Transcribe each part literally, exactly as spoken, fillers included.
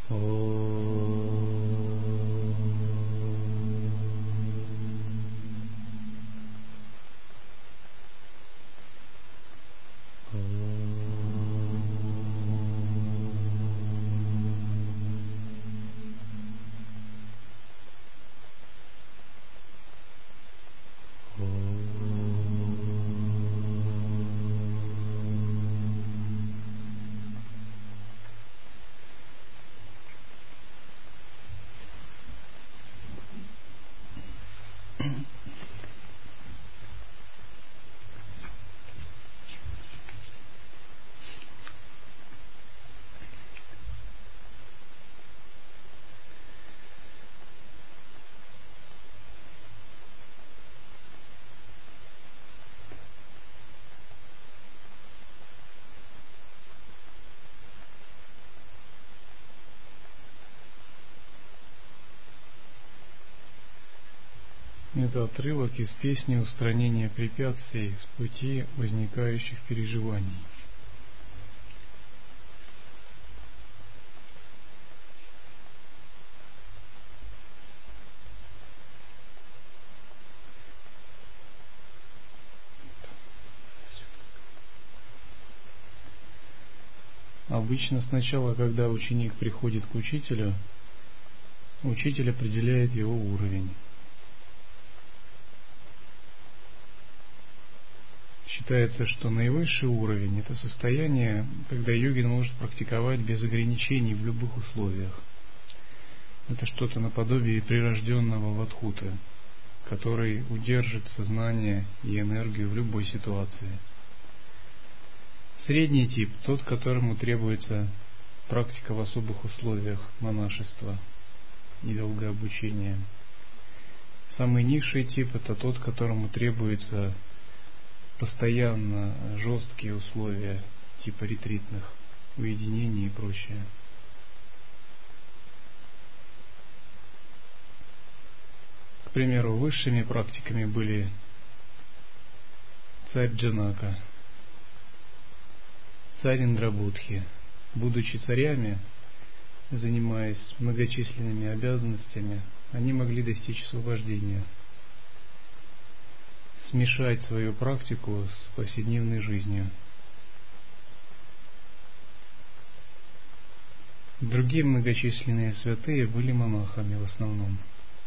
Это отрывок из песни «Устранение препятствий с пути возникающих переживаний». Обычно сначала, когда ученик приходит к учителю, учитель определяет его уровень. Считается, что наивысший уровень – это состояние, когда йогин может практиковать без ограничений в любых условиях. Это что-то наподобие прирожденного вадхуты, который удержит сознание и энергию в любой ситуации. Средний тип – тот, которому требуется практика в особых условиях монашества и долгое обучение. Самый низший тип – это тот, которому требуется постоянно жесткие условия, типа ретритных, уединений и прочее. К примеру, высшими практиками были царь Джанака, царь Индрабудхи. Будучи царями, занимаясь многочисленными обязанностями, они могли достичь освобождения, смешать свою практику с повседневной жизнью. Другие многочисленные святые были монахами в основном.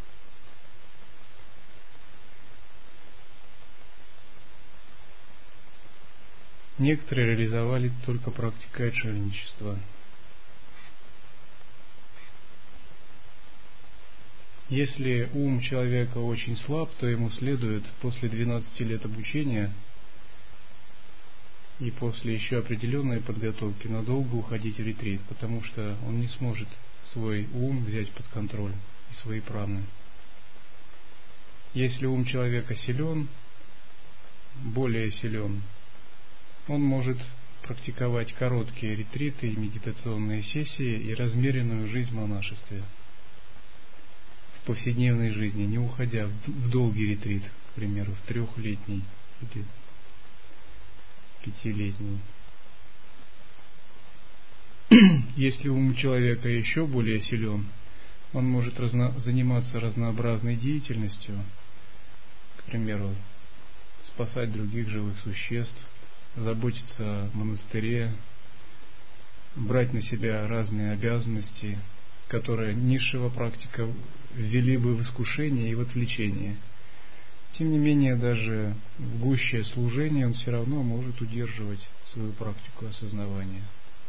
Некоторые реализовали только практикой отшельничества. Если ум человека очень слаб, то ему следует после двенадцати лет обучения и после еще определенной подготовки надолго уходить в ретрит, потому что он не сможет свой ум взять под контроль и свои праны. Если ум человека силен, более силен, он может практиковать короткие ретриты и медитационные сессии и размеренную жизнь в монашестве, в повседневной жизни, не уходя в долгий ретрит, к примеру, в трехлетний или пятилетний. Если ум человека еще более силен, он может разно, заниматься разнообразной деятельностью, к примеру, спасать других живых существ, заботиться о монастыре, брать на себя разные обязанности, которые низшего практика ввели бы в искушение и в отвлечение. Тем не менее, даже в гуще служения он все равно может удерживать свою практику осознавания.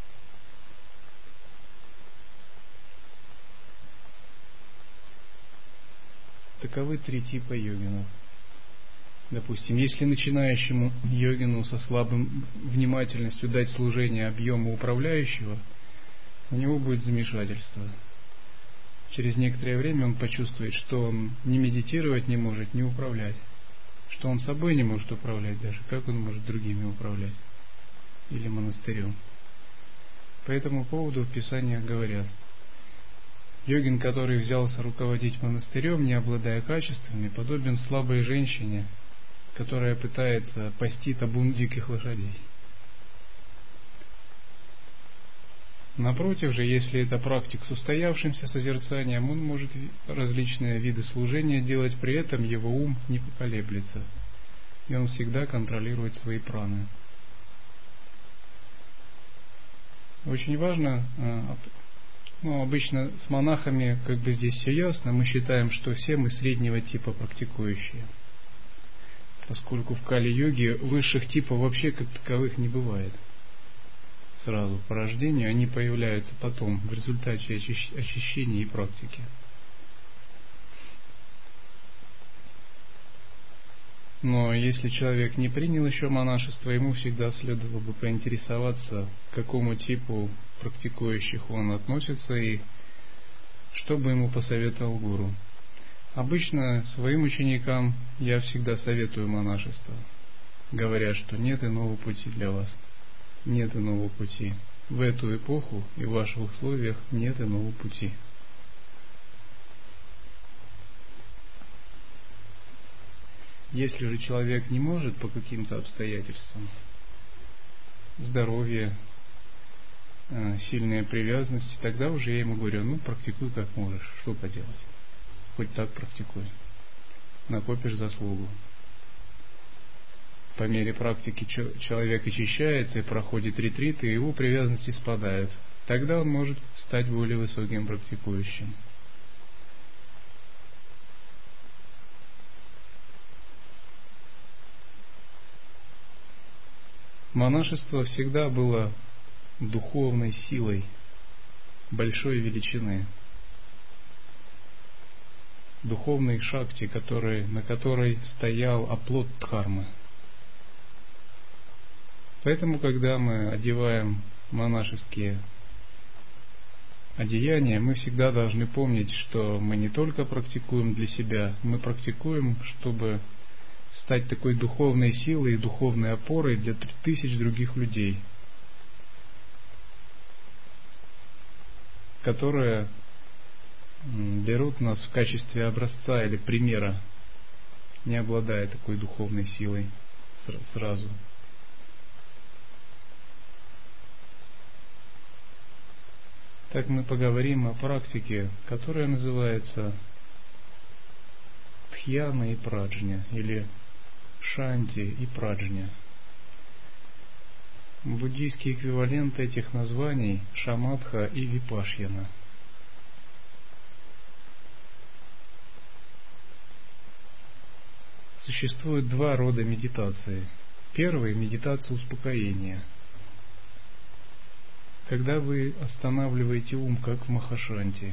Таковы три типа йогинов. Допустим, если начинающему йогину со слабым внимательностью дать служение объему управляющего, у него будет замешательство. Через некоторое время он почувствует, что он ни медитировать не может, ни управлять, что он собой не может управлять даже, как он может другими управлять или монастырем. По этому поводу в Писаниях говорят: йогин, который взялся руководить монастырем, не обладая качествами, подобен слабой женщине, которая пытается пасти табун диких лошадей. Напротив же, если это практик с устоявшимся созерцанием, он может различные виды служения делать, при этом его ум не поколеблется, и он всегда контролирует свои праны. Очень важно, ну, обычно с монахами как бы здесь все ясно, мы считаем, что все мы среднего типа практикующие, поскольку в Кали-йоге высших типов вообще как таковых не бывает. Сразу по рождению они появляются потом, в результате очищения и практики. Но если человек не принял еще монашество, ему всегда следовало бы поинтересоваться, к какому типу практикующих он относится и что бы ему посоветовал гуру. Обычно своим ученикам я всегда советую монашество, говоря, что нет иного пути для вас. Нет иного пути. В эту эпоху и в ваших условиях нет иного пути. Если же человек не может по каким-то обстоятельствам, здоровье, сильные привязанности, тогда уже я ему говорю, ну практикуй как можешь, что поделать. Хоть так практикуй. Накопишь заслугу. По мере практики человек очищается и проходит ретриты, и его привязанности спадают. Тогда он может стать более высоким практикующим. Монашество всегда было духовной силой большой величины, духовной шакти, который, на которой стоял оплот дхармы. Поэтому, когда мы одеваем монашеские одеяния, мы всегда должны помнить, что мы не только практикуем для себя, мы практикуем, чтобы стать такой духовной силой и духовной опорой для тысяч других людей, которые берут нас в качестве образца или примера, не обладая такой духовной силой сразу. Так мы поговорим о практике, которая называется Дхьяна и Праджня, или Шанти и Праджня. Буддийский эквивалент этих названий – Шамадха и Випашьяна. Существует два рода медитации. Первый – медитация успокоения. Когда вы останавливаете ум, как в Махашанти.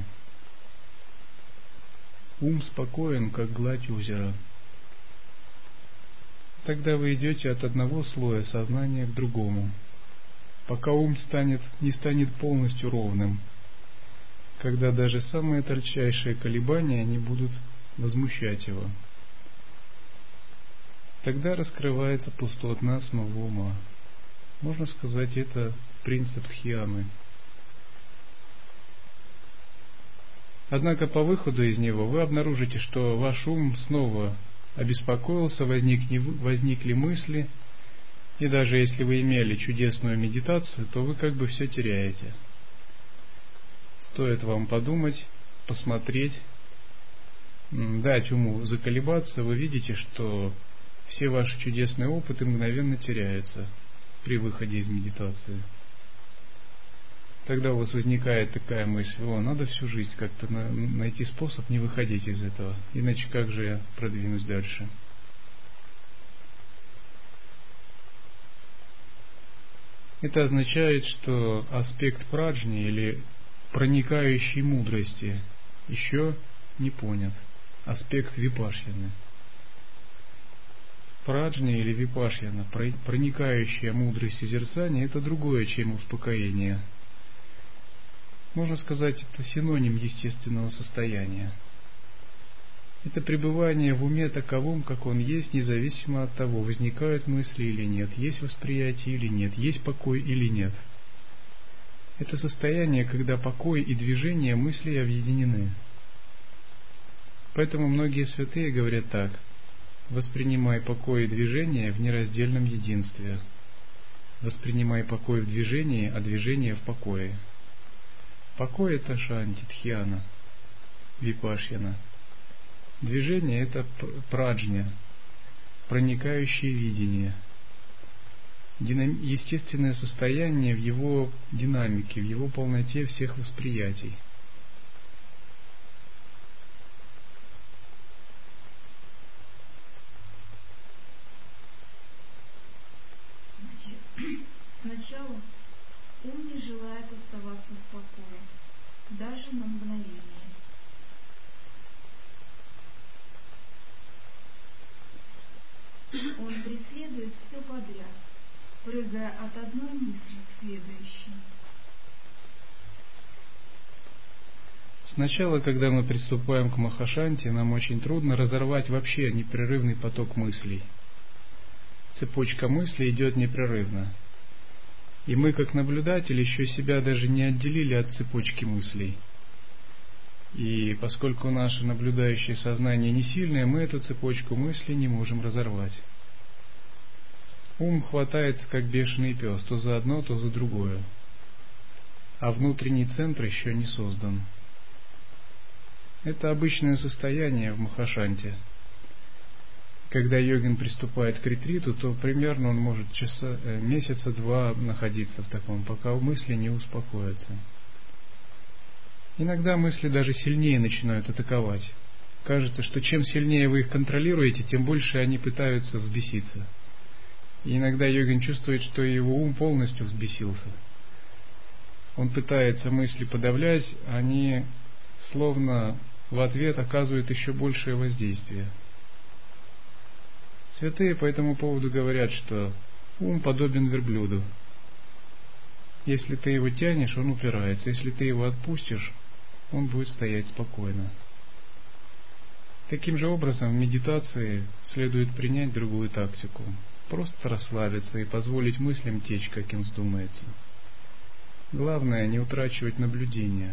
Ум спокоен, как гладь озера. Тогда вы идете от одного слоя сознания к другому, пока ум станет, не станет полностью ровным, когда даже самые тончайшие колебания не будут возмущать его. Тогда раскрывается пустотная основа ума. Можно сказать, это принцип Дхьяны. Однако по выходу из него вы обнаружите, что ваш ум снова обеспокоился, возникли, возникли мысли, и даже если вы имели чудесную медитацию, то вы как бы все теряете. Стоит вам подумать, посмотреть, дать уму заколебаться, вы видите, что все ваши чудесные опыты мгновенно теряются при выходе из медитации. Тогда у вас возникает такая мысль: о, надо всю жизнь как-то на, найти способ не выходить из этого, иначе как же я продвинусь дальше? Это означает, что аспект праджни или проникающей мудрости еще не понят. Аспект випашьяны. Праджни или випашьяна, проникающая мудрость созерцания, это другое, чем успокоение. Можно сказать, это синоним естественного состояния. Это пребывание в уме таковом, как он есть, независимо от того, возникают мысли или нет, есть восприятие или нет, есть покой или нет. Это состояние, когда покой и движение мыслей объединены. Поэтому многие святые говорят так: воспринимай покой и движение в нераздельном единстве. Воспринимай покой в движении, а движение в покое. Покой – это шанти, дхьяна, випашьяна. Движение – это праджня, проникающее видение. Динам... Естественное состояние в его динамике, в его полноте всех восприятий. Сначала ум не желает оставаться в покое, даже на мгновение. Он преследует все подряд, прыгая от одной мысли к следующей. Сначала, когда мы приступаем к махашанти, нам очень трудно разорвать вообще непрерывный поток мыслей. Цепочка мыслей идет непрерывно. И мы, как наблюдатели, еще себя даже не отделили от цепочки мыслей. И поскольку наше наблюдающее сознание не сильное, мы эту цепочку мыслей не можем разорвать. Ум хватается, как бешеный пес, то за одно, то за другое. А внутренний центр еще не создан. Это обычное состояние в махашанте. Когда йогин приступает к ретриту, то примерно он может часа, месяца два находиться в таком, пока мысли не успокоятся. Иногда мысли даже сильнее начинают атаковать. Кажется, что чем сильнее вы их контролируете, тем больше они пытаются взбеситься. И иногда йогин чувствует, что его ум полностью взбесился. Он пытается мысли подавлять, они словно в ответ оказывают еще большее воздействие. Святые по этому поводу говорят, что ум подобен верблюду. Если ты его тянешь, он упирается. Если ты его отпустишь, он будет стоять спокойно. Таким же образом, в медитации следует принять другую тактику. Просто расслабиться и позволить мыслям течь, как им вздумается. Главное, не утрачивать наблюдение.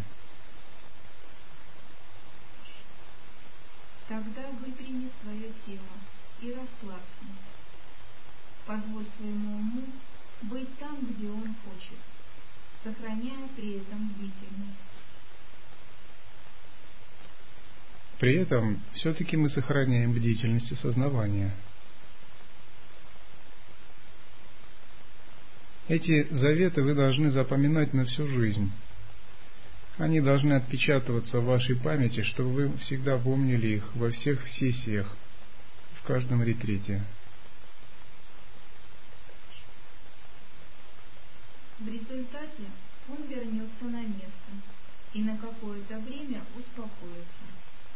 Тогда выпрями свое тело и расслабься. Позволь своему уму быть там, где он хочет, сохраняя при этом бдительность. При этом все-таки мы сохраняем бдительность и сознавание. Эти заветы вы должны запоминать на всю жизнь. Они должны отпечатываться в вашей памяти, чтобы вы всегда помнили их во всех сессиях, в каждом ретрите. В результате он вернется на место и на какое-то время успокоится.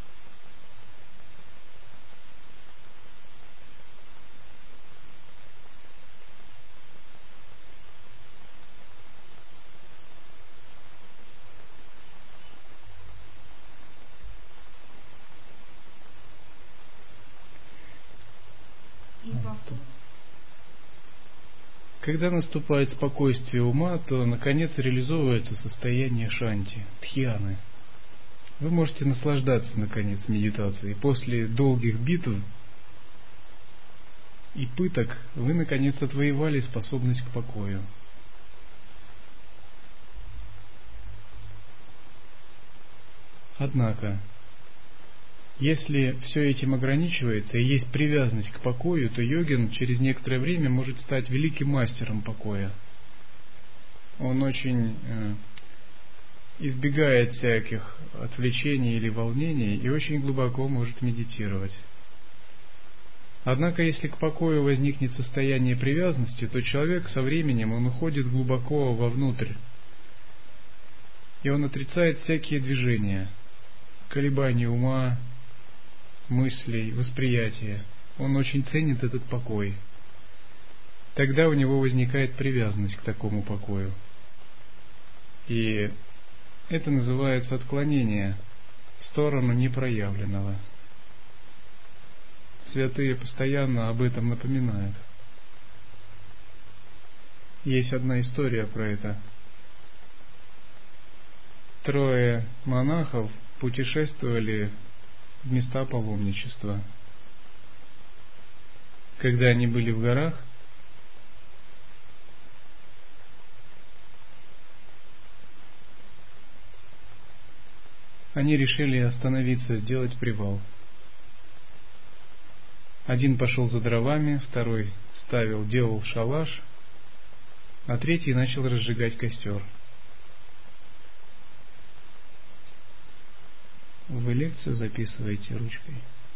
И покой. Когда наступает спокойствие ума, то наконец реализовывается состояние шанти, дхьяны. Вы можете наслаждаться наконец медитацией. После долгих битв и пыток вы наконец отвоевали способность к покою. Однако, если все этим ограничивается и есть привязанность к покою, то йогин через некоторое время может стать великим мастером покоя. Он очень э, избегает всяких отвлечений или волнений и очень глубоко может медитировать. Однако, если к покою возникнет состояние привязанности, то человек со временем он уходит глубоко вовнутрь, и он отрицает всякие движения, колебания ума, мыслей, восприятия. Он очень ценит этот покой. Тогда у него возникает привязанность к такому покою. И это называется отклонение в сторону непроявленного. Святые постоянно об этом напоминают. Есть одна история про это. Трое монахов путешествовали в места паломничества. Когда они были в горах, они решили остановиться, сделать привал. Один пошел за дровами, второй ставил, делал шалаш, а третий начал разжигать костер. Вы лекцию записываете ручкой?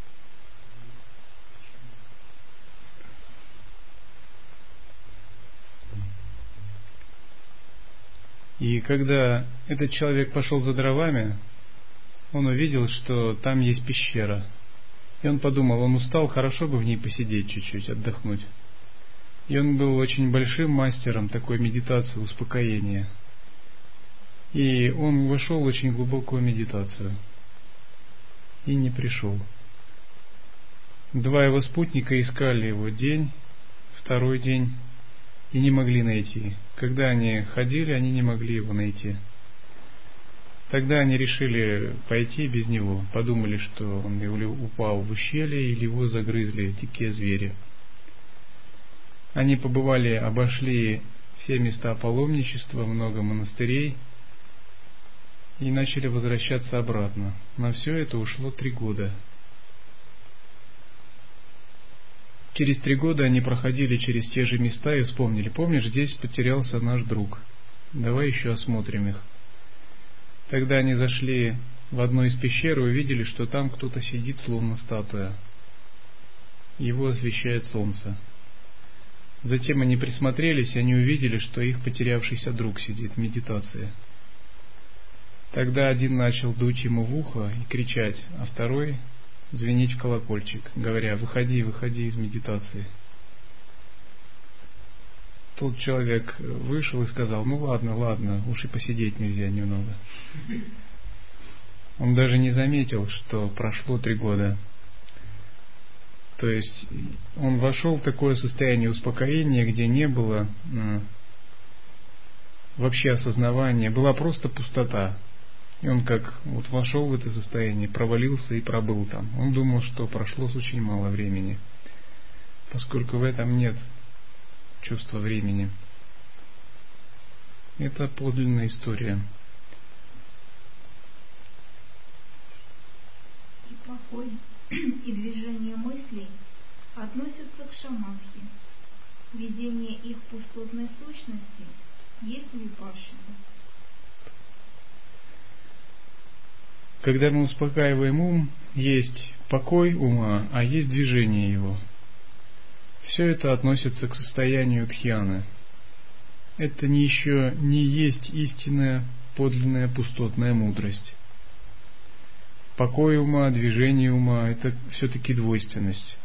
И когда этот человек пошел за дровами, он увидел, что там есть пещера. И он подумал, он устал, хорошо бы в ней посидеть чуть-чуть, отдохнуть. И он был очень большим мастером такой медитации, успокоения. И он вошел в очень глубокую медитацию. И не пришел. Два его спутника искали его день, второй день, и не могли найти. Когда они ходили, они не могли его найти. Тогда они решили пойти без него. Подумали, что он или упал в ущелье, или его загрызли дикие звери. Они побывали, обошли все места паломничества, много монастырей, и начали возвращаться обратно. На все это ушло три года. Через три года они проходили через те же места и вспомнили: помнишь, здесь потерялся наш друг, давай еще осмотрим их. Тогда они зашли в одну из пещер и увидели, что там кто-то сидит, словно статуя. Его освещает солнце. Затем они присмотрелись, и они увидели, что их потерявшийся друг сидит в медитации. Тогда один начал дуть ему в ухо и кричать, а второй звенеть в колокольчик, говоря: выходи, выходи из медитации. Тот человек вышел и сказал: ну ладно, ладно, уж и посидеть нельзя немного. Он даже не заметил, что прошло три года. То есть он вошел в такое состояние успокоения, где не было ну, вообще осознавания, была просто пустота. И он как вот вошел в это состояние, провалился и пробыл там. Он думал, что прошло очень мало времени, поскольку в этом нет чувства времени. Это подлинная история. И покой, и движение мыслей относятся к шамадхи. Видение их пустотной сущности есть випашшана. Когда мы успокаиваем ум, есть покой ума, а есть движение его. Все это относится к состоянию дхьяны. Это не еще не есть истинная, подлинная пустотная мудрость. Покой ума, движение ума – это все-таки двойственность.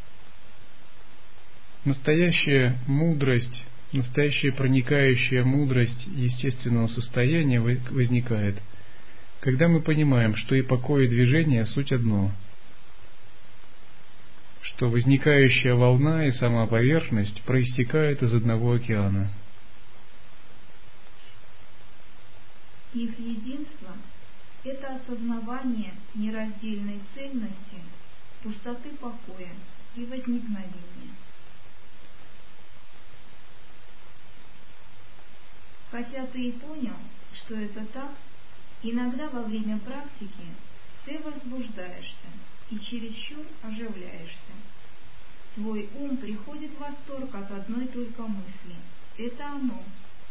Настоящая мудрость, настоящая проникающая мудрость естественного состояния возникает, когда мы понимаем, что и покой, и движение – суть одно, что возникающая волна и сама поверхность проистекают из одного океана. Их единство – это осознавание нераздельной цельности, пустоты покоя и возникновения. Хотя ты и понял, что это так, иногда во время практики ты возбуждаешься и чересчур оживляешься. Твой ум приходит в восторг от одной только мысли. Это оно.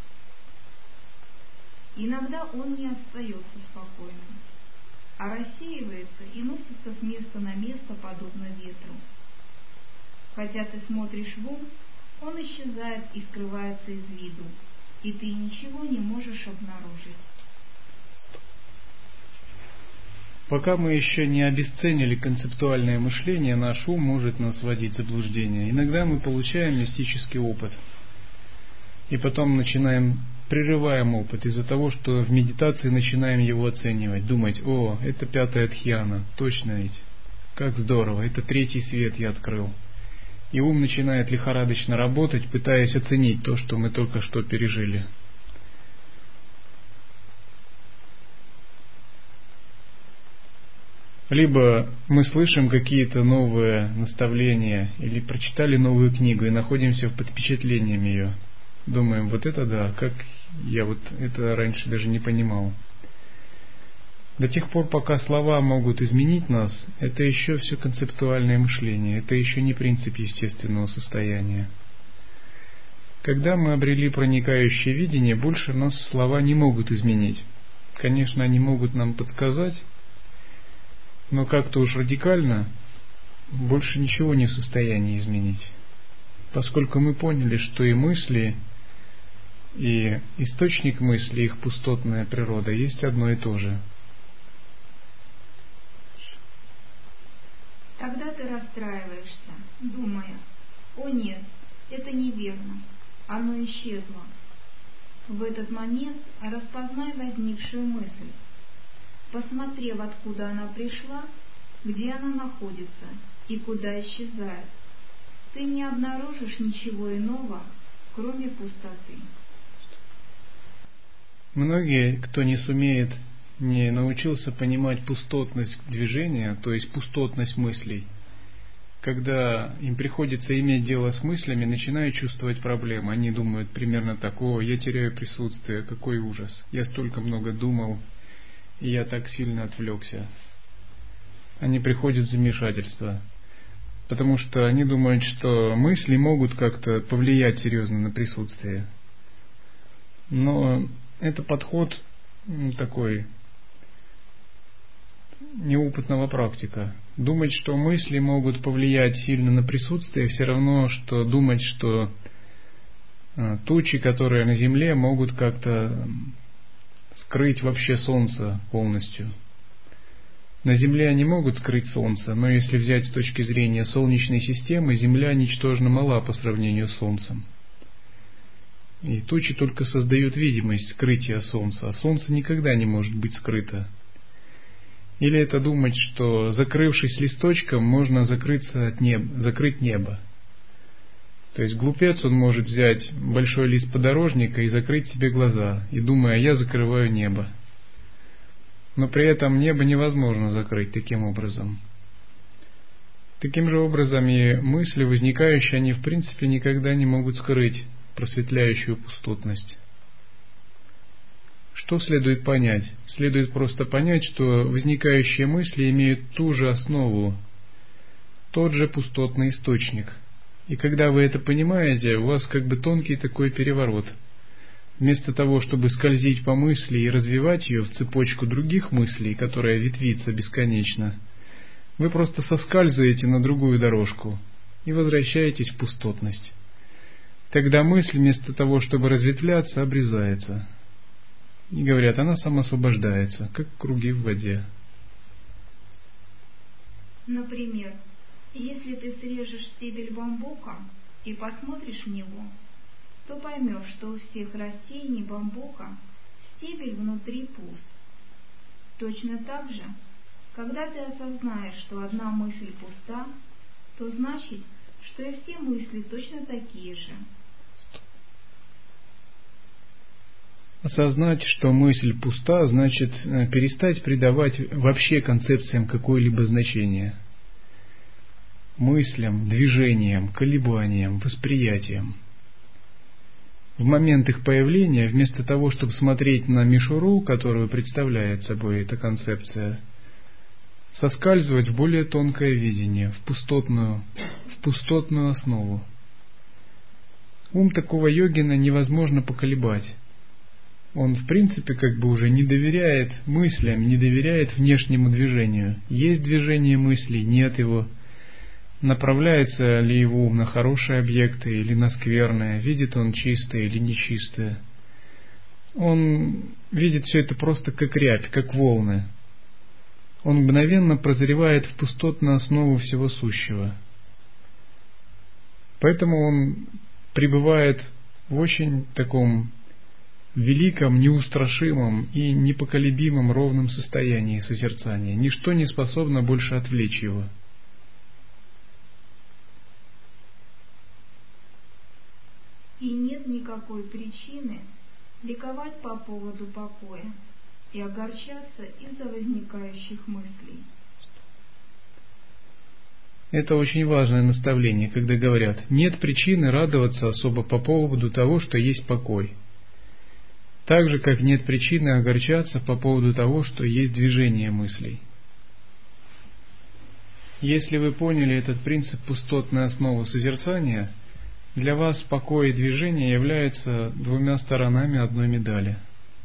Иногда он не остается спокойным, а рассеивается и носится с места на место, подобно ветру. Хотя ты смотришь в ум, он исчезает и скрывается из виду, и ты ничего не можешь обнаружить. Пока мы еще не обесценили концептуальное мышление, наш ум может нас вводить в заблуждение. Иногда мы получаем мистический опыт, и потом начинаем, прерываем опыт из-за того, что в медитации начинаем его оценивать, думать: о, это пятая дхьяна, точно ведь, как здорово, это третий свет я открыл. И ум начинает лихорадочно работать, пытаясь оценить то, что мы только что пережили. Либо мы слышим какие-то новые наставления, или прочитали новую книгу и находимся под впечатлением ее. Думаем: вот это да, как я вот это раньше даже не понимал. До тех пор, пока слова могут изменить нас, это еще все концептуальное мышление, это еще не принцип естественного состояния. Когда мы обрели проникающее видение, больше нас слова не могут изменить. Конечно, они могут нам подсказать, но как-то уж радикально больше ничего не в состоянии изменить. Поскольку мы поняли, что и мысли, и источник мысли, их пустотная природа есть одно и то же. Тогда ты расстраиваешься, думая: «О нет, это неверно, оно исчезло». В этот момент распознай возникшую мысль, посмотрев, откуда она пришла, где она находится и куда исчезает. Ты не обнаружишь ничего иного, кроме пустоты. Многие, кто не сумеет, не научился понимать пустотность движения, то есть пустотность мыслей, когда им приходится иметь дело с мыслями, начинают чувствовать проблемы. Они думают примерно так: «О, я теряю присутствие, какой ужас, я столько много думал, и я так сильно отвлекся». Они приходят в замешательство, потому что они думают, что мысли могут как-то повлиять серьезно на присутствие. Но это подход такой неопытного практика. Думать, что мысли могут повлиять сильно на присутствие, все равно, что думать, что тучи, которые на Земле, могут как-то скрыть вообще Солнце полностью. На Земле они могут скрыть Солнце, но если взять с точки зрения Солнечной системы, Земля ничтожно мала по сравнению с Солнцем. И тучи только создают видимость скрытия Солнца, а Солнце никогда не может быть скрыто. Или это думать, что, закрывшись листочком, можно закрыться от неба, закрыть небо. То есть глупец, он может взять большой лист подорожника и закрыть себе глаза, и думая: «Я закрываю небо». Но при этом небо невозможно закрыть таким образом. Таким же образом и мысли, возникающие, они в принципе никогда не могут скрыть просветляющую пустотность. Что следует понять? Следует просто понять, что возникающие мысли имеют ту же основу, тот же пустотный источник. И когда вы это понимаете, у вас как бы тонкий такой переворот. Вместо того, чтобы скользить по мысли и развивать ее в цепочку других мыслей, которая ветвится бесконечно, вы просто соскальзываете на другую дорожку и возвращаетесь в пустотность. Тогда мысль, вместо того, чтобы разветвляться, обрезается. И говорят, она самоосвобождается, как круги в воде. Например, если ты срежешь стебель бамбука и посмотришь в него, то поймешь, что у всех растений бамбука стебель внутри пуст. Точно так же, когда ты осознаешь, что одна мысль пуста, то значит, что и все мысли точно такие же. Осознать, что мысль пуста, значит перестать придавать вообще концепциям какое-либо значение. Мыслям, движениям, колебаниям, восприятиям. В момент их появления, вместо того, чтобы смотреть на мишуру, которую представляет собой эта концепция, соскальзывать в более тонкое видение, в пустотную, в пустотную основу. Ум такого йогина невозможно поколебать. Он, в принципе, как бы уже не доверяет мыслям, не доверяет внешнему движению. Есть движение мыслей, нет его. Направляется ли его ум на хорошие объекты или на скверные, видит он чистое или нечистое. Он видит все это просто как рябь, как волны. Он мгновенно прозревает в пустотную основу всего сущего. Поэтому он пребывает в очень таком великом, неустрашимом и непоколебимом ровном состоянии созерцания. Ничто не способно больше отвлечь его. И нет никакой причины ликовать по поводу покоя и огорчаться из-за возникающих мыслей. Это очень важное наставление, когда говорят: нет причины радоваться особо по поводу того, что есть покой. Так же, как нет причины огорчаться по поводу того, что есть движение мыслей. Если вы поняли этот принцип пустотной основы созерцания, для вас покой и движение являются двумя сторонами одной медали.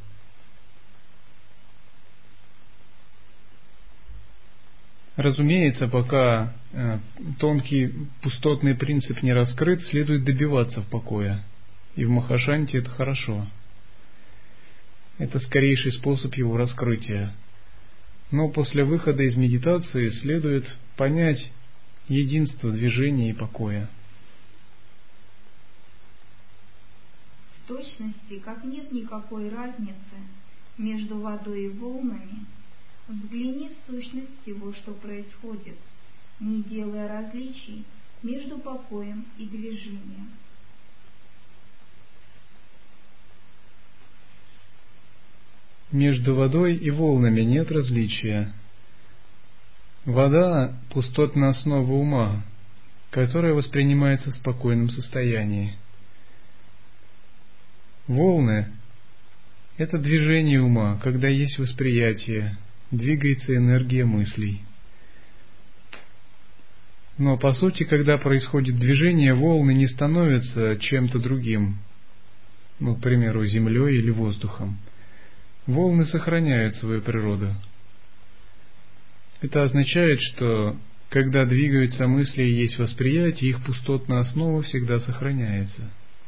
Разумеется, пока э, тонкий пустотный принцип не раскрыт, следует добиваться в покое. И в Махашанте это хорошо. Это скорейший способ его раскрытия. Но после выхода из медитации следует понять единство движения и покоя. В точности, как нет никакой разницы между водой и волнами, взгляни в сущность всего, что происходит, не делая различий между покоем и движением. Между водой и волнами нет различия. Вода – пустотная основа ума, которая воспринимается в спокойном состоянии. Волны – это движение ума, когда есть восприятие, двигается энергия мыслей. Но по сути, когда происходит движение, волны не становятся чем-то другим, ну, к примеру, землей или воздухом. Волны сохраняют свою природу. Это означает, что когда двигаются мысли и есть восприятие, их пустотная основа всегда сохраняется.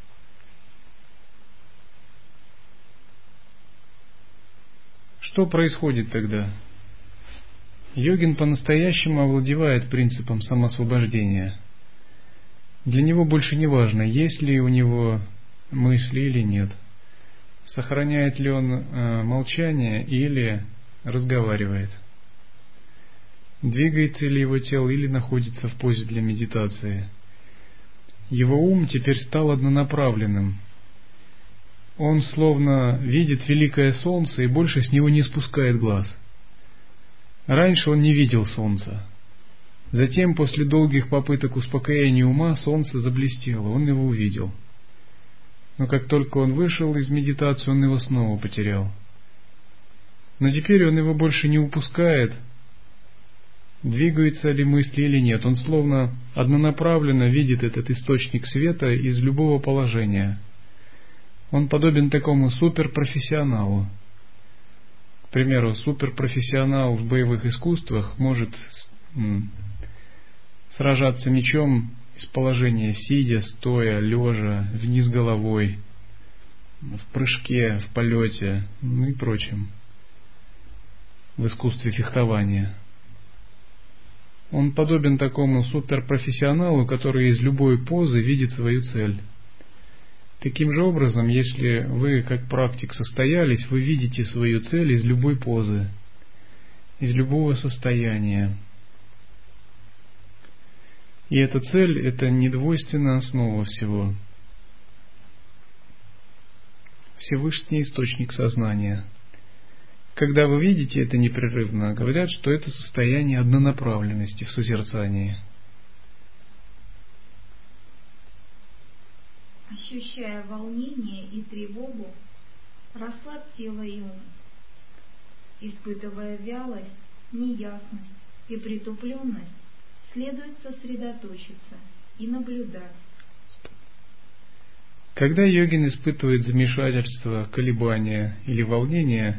Что происходит тогда? Йогин по-настоящему овладевает принципом самоосвобождения. Для него больше не важно, есть ли у него мысли или нет. Сохраняет ли он э, молчание или разговаривает. Двигается ли его тело или находится в позе для медитации. Его ум теперь стал однонаправленным. Он словно видит великое солнце и больше с него не спускает глаз. Раньше он не видел солнца. Затем, после долгих попыток успокоения ума, солнце заблестело, он его увидел. Но как только он вышел из медитации, он его снова потерял. Но теперь он его больше не упускает, двигаются ли мысли или нет. Он словно однонаправленно видит этот источник света из любого положения. Он подобен такому суперпрофессионалу. К примеру, суперпрофессионал в боевых искусствах может м, сражаться мечом из положения сидя, стоя, лежа, вниз головой, в прыжке, в полете, ну и прочем, в искусстве фехтования. Он подобен такому суперпрофессионалу, который из любой позы видит свою цель. Таким же образом, если вы, как практик, состоялись, вы видите свою цель из любой позы, из любого состояния. И эта цель – это недвойственная основа всего. Всевышний источник сознания. Когда вы видите это непрерывно, говорят, что это состояние однонаправленности в созерцании. Ощущая волнение и тревогу, расслабь тело и ум. Испытывая вялость, неясность и притупленность, следует сосредоточиться и наблюдать. Когда йогин испытывает замешательство, колебания или волнение,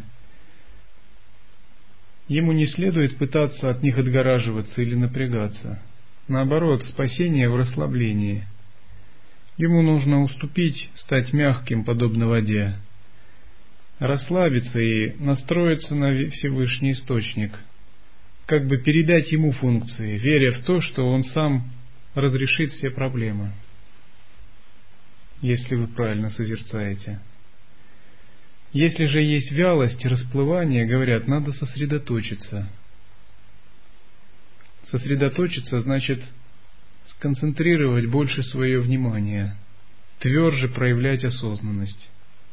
ему не следует пытаться от них отгораживаться или напрягаться. Наоборот, спасение в расслаблении. Ему нужно уступить, стать мягким, подобно воде, расслабиться и настроиться на Всевышний Источник, как бы передать ему функции, веря в то, что он сам разрешит все проблемы, если вы правильно созерцаете. Если же есть вялость и расплывание, говорят, надо сосредоточиться. Сосредоточиться значит сконцентрировать больше свое внимание, тверже проявлять осознанность.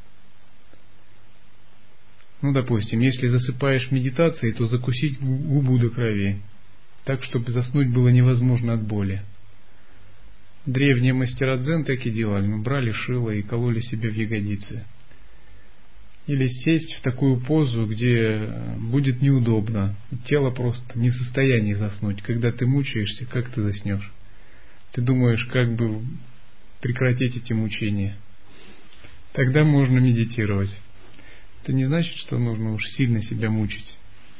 Ну, допустим, если засыпаешь медитацией, то закусить губу до крови, так, чтобы заснуть было невозможно от боли. Древние мастера дзен так и делали, ну, брали шило и кололи себе в ягодицы. Или сесть в такую позу, где будет неудобно. Тело просто не в состоянии заснуть. Когда ты мучаешься, как ты заснешь? Ты думаешь, как бы прекратить эти мучения. Тогда можно медитировать. Это не значит, что нужно уж сильно себя мучить.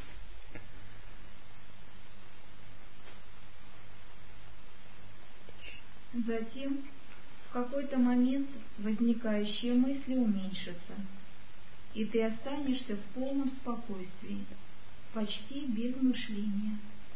Затем в какой-то момент возникающие мысли уменьшатся, и ты останешься в полном спокойствии, почти без мышления.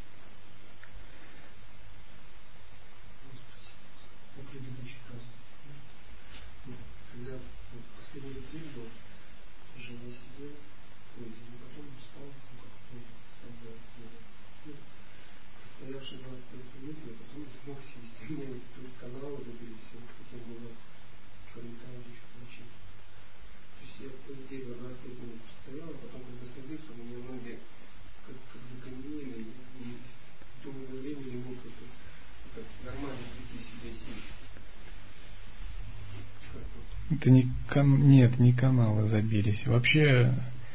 Когда вот, последний день был, уже не сидел, ой, и потом встал, ну как, ну, встал, ну, постоявший двадцать пять минут, и потом не смог сесть. У меня тут каналы забились, все, хотел бы вас комментарий еще получить. То есть я, по идее, на двадцать пять минут постоял, а потом, когда садился, у меня ноги как, как закаменели, и долгое время не мог это, как нормально прийти себе сесть. Это не кан... Нет, не каналы забились. Вообще,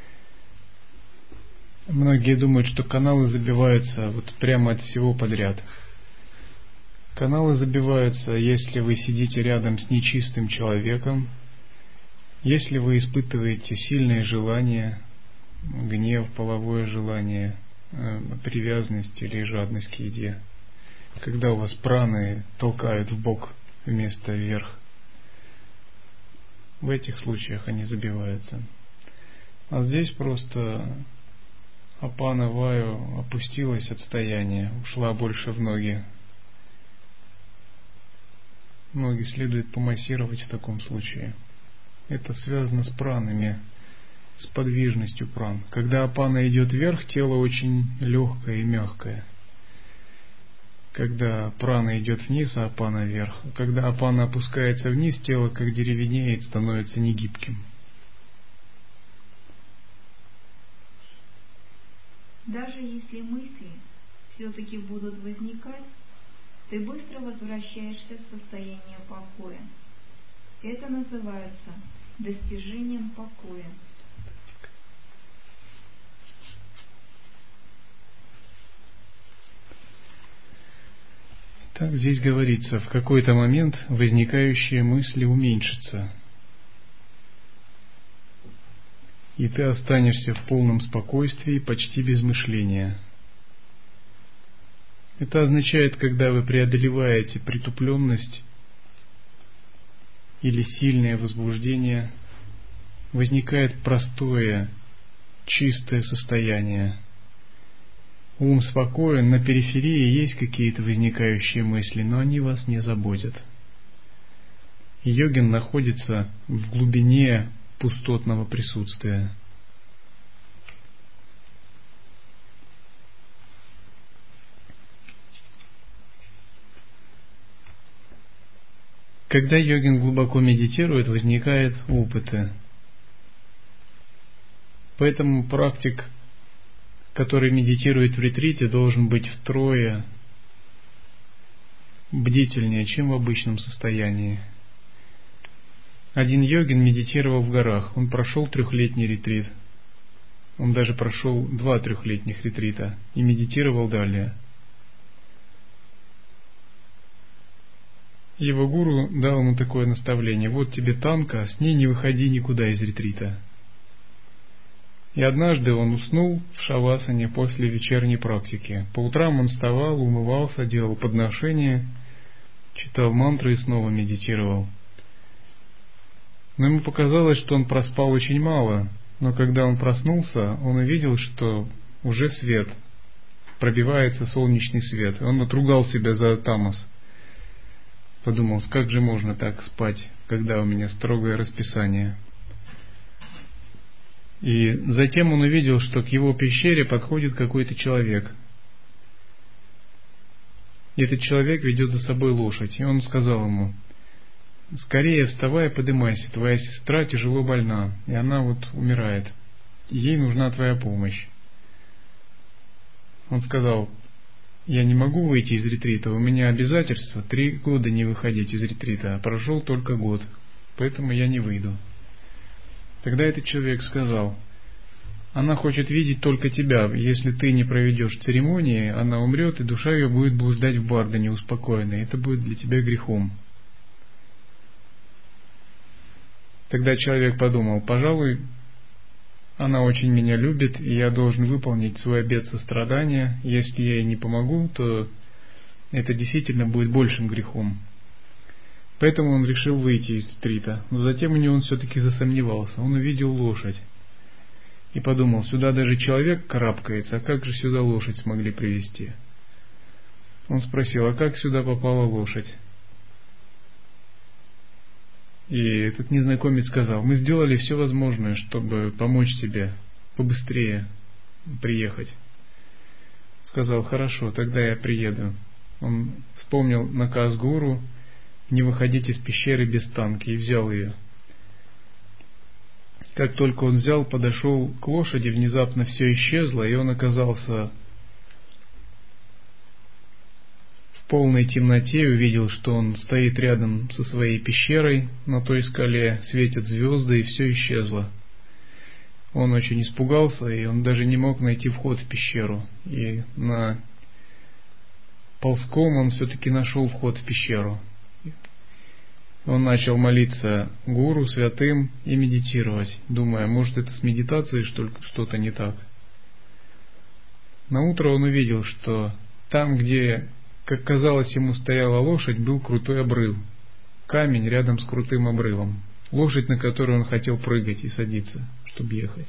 многие думают, что каналы забиваются вот прямо от всего подряд. Каналы забиваются, если вы сидите рядом с нечистым человеком, если вы испытываете сильное желание, гнев, половое желание, привязанность или жадность к еде. Когда у вас праны толкают в бок вместо вверх. В этих случаях они забиваются. А здесь просто апана ваю опустилось отстояние, ушла больше в ноги. Ноги следует помассировать в таком случае. Это связано с пранами, с подвижностью пран. Когда апана идет вверх, тело очень легкое и мягкое. Когда прана идет вниз, а апана вверх. Когда апана опускается вниз, тело как деревенеет, становится негибким. Даже если мысли все-таки будут возникать, ты быстро возвращаешься в состояние покоя. Это называется достижением покоя. Так здесь говорится, в какой-то момент возникающие мысли уменьшатся, и ты останешься в полном спокойствии, почти без мышления. Это означает, когда вы преодолеваете притупленность или сильное возбуждение, возникает простое, чистое состояние. Ум спокоен, на периферии есть какие-то возникающие мысли, но они вас не заботят. Йогин находится в глубине пустотного присутствия. Когда йогин глубоко медитирует, возникают опыты. Поэтому практик, который медитирует в ретрите, должен быть втрое бдительнее, чем в обычном состоянии. Один йогин медитировал в горах. Он прошел трехлетний ретрит. Он даже прошел два трехлетних ретрита и медитировал далее. Его гуру дал ему такое наставление: вот тебе танка, с ней не выходи никуда из ретрита. И однажды он уснул в шавасане после вечерней практики. По утрам он вставал, умывался, делал подношения, читал мантры и снова медитировал. Но ему показалось, что он проспал очень мало, но когда он проснулся, он увидел, что уже свет, пробивается солнечный свет. Он отругал себя за тамас. Подумал, как же можно так спать, когда у меня строгое расписание. И затем он увидел, что к его пещере подходит какой-то человек. И этот человек ведет за собой лошадь. И он сказал ему: скорее вставай и подымайся, твоя сестра тяжело больна, и она вот умирает. Ей нужна твоя помощь. Он сказал: я не могу выйти из ретрита, у меня обязательство три года не выходить из ретрита, а прошел только год, поэтому я не выйду. Тогда этот человек сказал: она хочет видеть только тебя. Если ты не проведешь церемонии, она умрет, и душа ее будет блуждать в Барда неуспокоенной. Это будет для тебя грехом. Тогда человек подумал: пожалуй, она очень меня любит, и я должен выполнить свой обет сострадания. Если я ей не помогу, то это действительно будет большим грехом. Поэтому он решил выйти из ретрита. Но затем у него он все-таки засомневался. Он увидел лошадь и подумал: сюда даже человек карабкается, а как же сюда лошадь смогли привезти? Он спросил: а как сюда попала лошадь? И этот незнакомец сказал: мы сделали все возможное, чтобы помочь тебе побыстрее приехать. Сказал: хорошо, тогда я приеду. Он вспомнил наказ гуру не выходить из пещеры без танки и взял ее. Как только он взял, подошел к лошади, внезапно все исчезло, и он оказался в полной темноте, увидел, что он стоит рядом со своей пещерой, на той скале светят звезды, и все исчезло. Он очень испугался, и он даже не мог найти вход в пещеру. И на ползком он все-таки нашел вход в пещеру. Он начал молиться гуру, святым и медитировать, думая: может, это с медитацией что-то не так. На утро он увидел, что там, где, как казалось, ему стояла лошадь, был крутой обрыв. Камень рядом с крутым обрывом. Лошадь, на которую он хотел прыгать и садиться, чтобы ехать.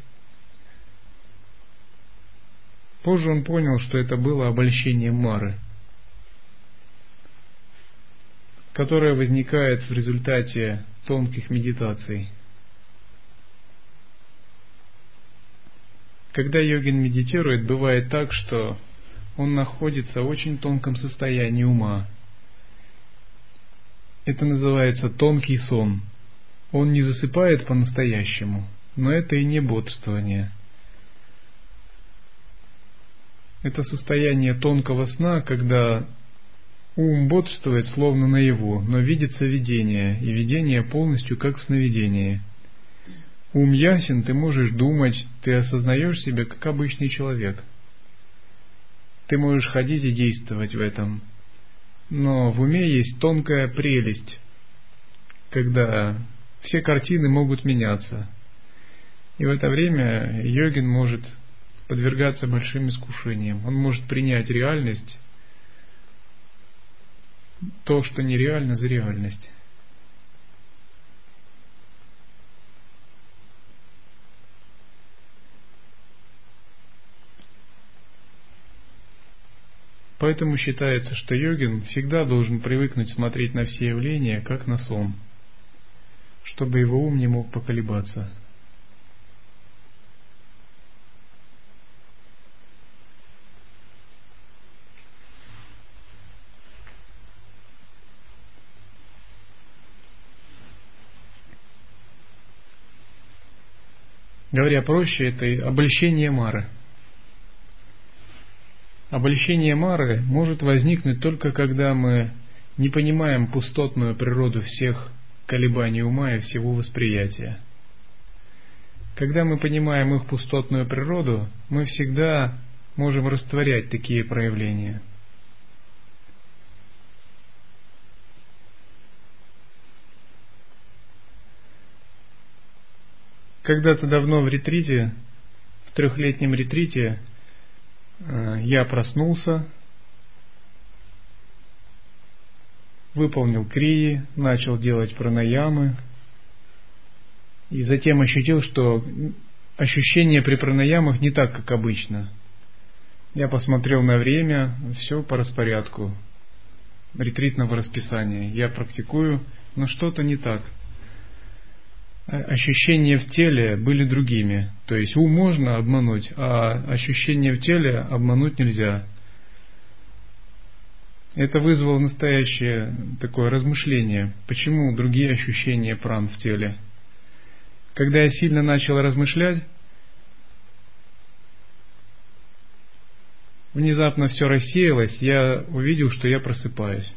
Позже он понял, что это было обольщение Мары, которая возникает в результате тонких медитаций. Когда йогин медитирует, бывает так, что он находится в очень тонком состоянии ума. Это называется тонкий сон. Он не засыпает по-настоящему, но это и не бодрствование. Это состояние тонкого сна, когда ум бодрствует словно наяву, но видится видение, и видение полностью как в сновидении. Ум ясен, ты можешь думать, ты осознаешь себя как обычный человек. Ты можешь ходить и действовать в этом. Но в уме есть тонкая прелесть, когда все картины могут меняться. И в это время йогин может подвергаться большим искушениям. Он может принять реальность, то, что нереально, за реальность. Поэтому считается, что йогин всегда должен привыкнуть смотреть на все явления, как на сон, чтобы его ум не мог поколебаться. Говоря проще, это обольщение Мары. Обольщение Мары может возникнуть только когда мы не понимаем пустотную природу всех колебаний ума и всего восприятия. Когда мы понимаем их пустотную природу, мы всегда можем растворять такие проявления. Когда-то давно в ретрите, в трехлетнем ретрите, я проснулся, выполнил крии, начал делать пранаямы, и затем ощутил, что ощущения при пранаямах не так, как обычно. Я посмотрел на время, все по распорядку ретритного расписания. Я практикую, но что-то не так. Ощущения в теле были другими. То есть ум можно обмануть, а ощущения в теле обмануть нельзя. Это вызвало настоящее такое размышление. Почему другие ощущения пран в теле? Когда я сильно начал размышлять, внезапно все рассеялось, я увидел, что я просыпаюсь.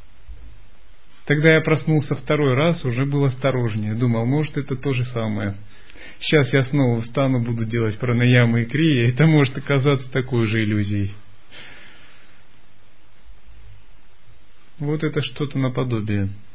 Тогда я проснулся второй раз, уже был осторожнее. Думал, может, это то же самое. сейчас я снова встану, буду делать пранаямы и крия, это может оказаться такой же иллюзией. Вот это что-то наподобие.